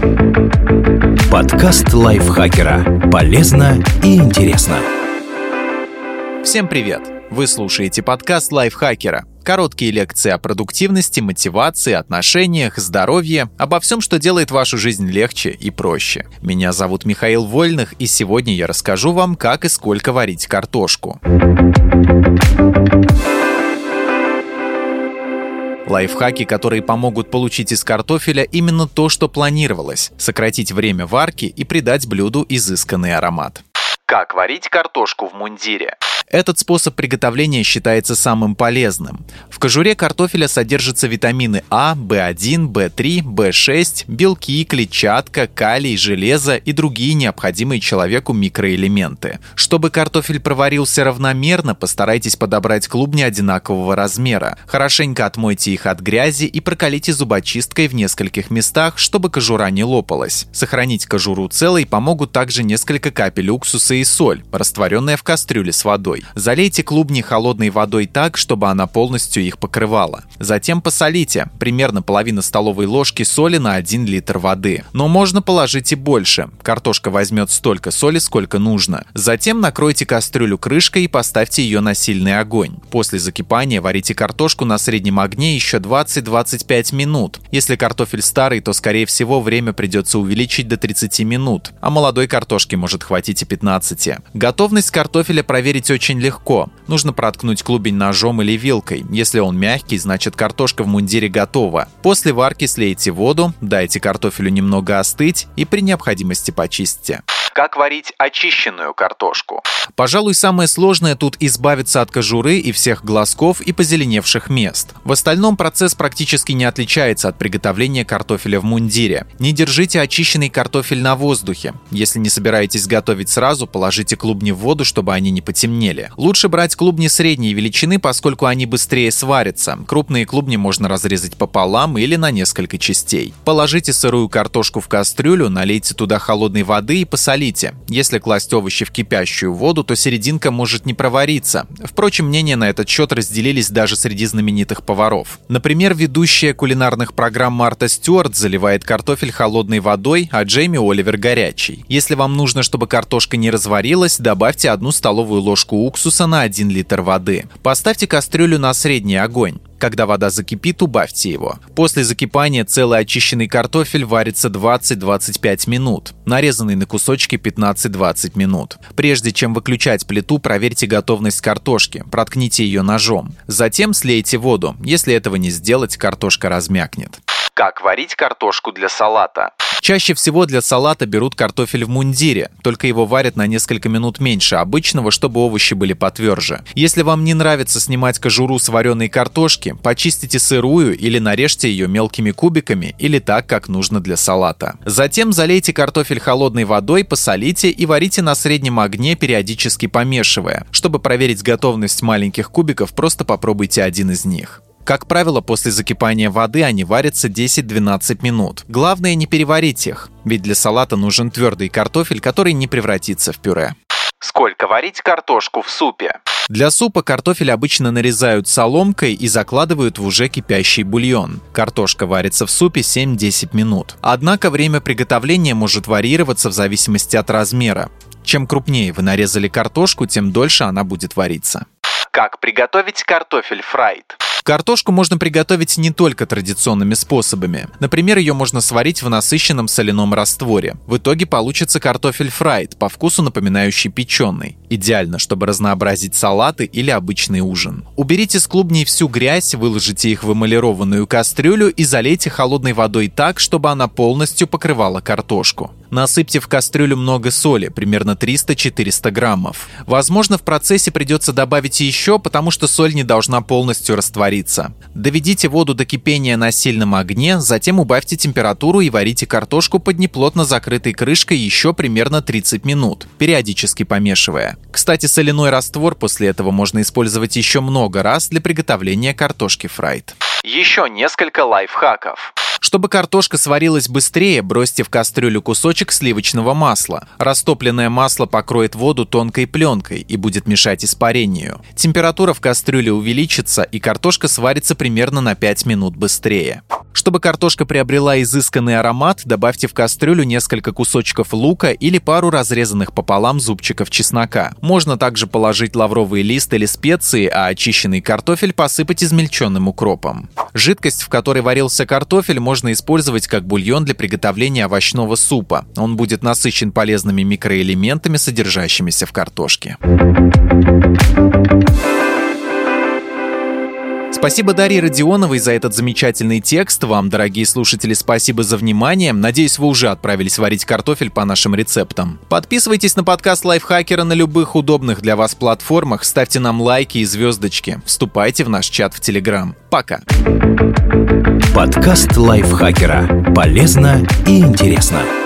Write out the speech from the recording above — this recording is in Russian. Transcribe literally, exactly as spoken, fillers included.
Подкаст лайфхакера. Полезно и интересно. Всем привет! Вы слушаете подкаст лайфхакера. Короткие лекции о продуктивности, мотивации, отношениях, здоровье, обо всем, что делает вашу жизнь легче и проще. Меня зовут Михаил Вольных, и сегодня я расскажу вам, как и сколько варить картошку. Лайфхаки, которые помогут получить из картофеля именно то, что планировалось, сократить время варки и придать блюду изысканный аромат. Как варить картошку в мундире? Этот способ приготовления считается самым полезным. В кожуре картофеля содержатся витамины А, бэ один, бэ три, бэ шесть, белки, клетчатка, калий, железо и другие необходимые человеку микроэлементы. Чтобы картофель проварился равномерно, постарайтесь подобрать клубни одинакового размера. Хорошенько отмойте их от грязи и прокалите зубочисткой в нескольких местах, чтобы кожура не лопалась. Сохранить кожуру целой помогут также несколько капель уксуса и соль, растворенная в кастрюле с водой. Залейте клубни холодной водой так, чтобы она полностью их покрывала. Затем посолите, примерно половина столовой ложки соли на один литр воды. Но можно положить и больше. Картошка возьмет столько соли, сколько нужно. Затем накройте кастрюлю крышкой и поставьте ее на сильный огонь. После закипания варите картошку на среднем огне еще двадцать-двадцать пять минут. Если картофель старый, то, скорее всего, время придется увеличить до тридцати минут, а молодой картошки может хватить и пятнадцати. Готовность картофеля проверить очень Очень легко. Нужно проткнуть клубень ножом или вилкой. Если он мягкий, значит картошка в мундире готова. После варки слейте воду, дайте картофелю немного остыть и при необходимости почистите. Как варить очищенную картошку? Пожалуй, самое сложное тут избавиться от кожуры и всех глазков и позеленевших мест. В остальном процесс практически не отличается от приготовления картофеля в мундире. Не держите очищенный картофель на воздухе. Если не собираетесь готовить сразу, положите клубни в воду, чтобы они не потемнели. Лучше брать клубни средней величины, поскольку они быстрее сварятся. Крупные клубни можно разрезать пополам или на несколько частей. Положите сырую картошку в кастрюлю, налейте туда холодной воды и посолите. Если класть овощи в кипящую воду, то серединка может не провариться. Впрочем, мнения на этот счет разделились даже среди знаменитых поваров. Например, ведущая кулинарных программ Марта Стюарт заливает картофель холодной водой, а Джейми Оливер горячей. Если вам нужно, чтобы картошка не разварилась, добавьте одну столовую ложку уксуса на один литр воды. Поставьте кастрюлю на средний огонь. Когда вода закипит, убавьте его. После закипания целый очищенный картофель варится двадцать-двадцать пять минут, нарезанный на кусочки пятнадцать-двадцать минут. Прежде чем выключать плиту, проверьте готовность картошки, проткните ее ножом. Затем слейте воду. Если этого не сделать, картошка размякнет. Как варить картошку для салата? Чаще всего для салата берут картофель в мундире, только его варят на несколько минут меньше обычного, чтобы овощи были потверже. Если вам не нравится снимать кожуру с вареной картошки, почистите сырую или нарежьте ее мелкими кубиками или так, как нужно для салата. Затем залейте картофель холодной водой, посолите и варите на среднем огне, периодически помешивая. Чтобы проверить готовность маленьких кубиков, просто попробуйте один из них. Как правило, после закипания воды они варятся десять-двенадцать минут. Главное не переварить их, ведь для салата нужен твердый картофель, который не превратится в пюре. Сколько варить картошку в супе? Для супа картофель обычно нарезают соломкой и закладывают в уже кипящий бульон. Картошка варится в супе семь-десять минут. Однако время приготовления может варьироваться в зависимости от размера. Чем крупнее вы нарезали картошку, тем дольше она будет вариться. Как приготовить картофель фрайд? Картошку можно приготовить не только традиционными способами. Например, ее можно сварить в насыщенном соляном растворе. В итоге получится картофель фрайд, по вкусу напоминающий печеный. Идеально, чтобы разнообразить салаты или обычный ужин. Уберите с клубней всю грязь, выложите их в эмалированную кастрюлю и залейте холодной водой так, чтобы она полностью покрывала картошку. Насыпьте в кастрюлю много соли, примерно триста-четыреста граммов. Возможно, в процессе придется добавить еще, потому что соль не должна полностью раствориться. Доведите воду до кипения на сильном огне, затем убавьте температуру и варите картошку под неплотно закрытой крышкой еще примерно тридцать минут, периодически помешивая. Кстати, соляной раствор после этого можно использовать еще много раз для приготовления картошки фрайд. Еще несколько лайфхаков. Чтобы картошка сварилась быстрее, бросьте в кастрюлю кусочек сливочного масла. Растопленное масло покроет воду тонкой пленкой и будет мешать испарению. Температура в кастрюле увеличится, и картошка сварится примерно на пять минут быстрее. Чтобы картошка приобрела изысканный аромат, добавьте в кастрюлю несколько кусочков лука или пару разрезанных пополам зубчиков чеснока. Можно также положить лавровый лист или специи, а очищенный картофель посыпать измельченным укропом. Жидкость, в которой варился картофель, можно использовать как бульон для приготовления овощного супа. Он будет насыщен полезными микроэлементами, содержащимися в картошке. Спасибо Дарье Родионовой за этот замечательный текст. Вам, дорогие слушатели, спасибо за внимание. Надеюсь, вы уже отправились варить картофель по нашим рецептам. Подписывайтесь на подкаст Лайфхакера на любых удобных для вас платформах. Ставьте нам лайки и звездочки. Вступайте в наш чат в Телеграм. Пока. Подкаст Лайфхакера. Полезно и интересно.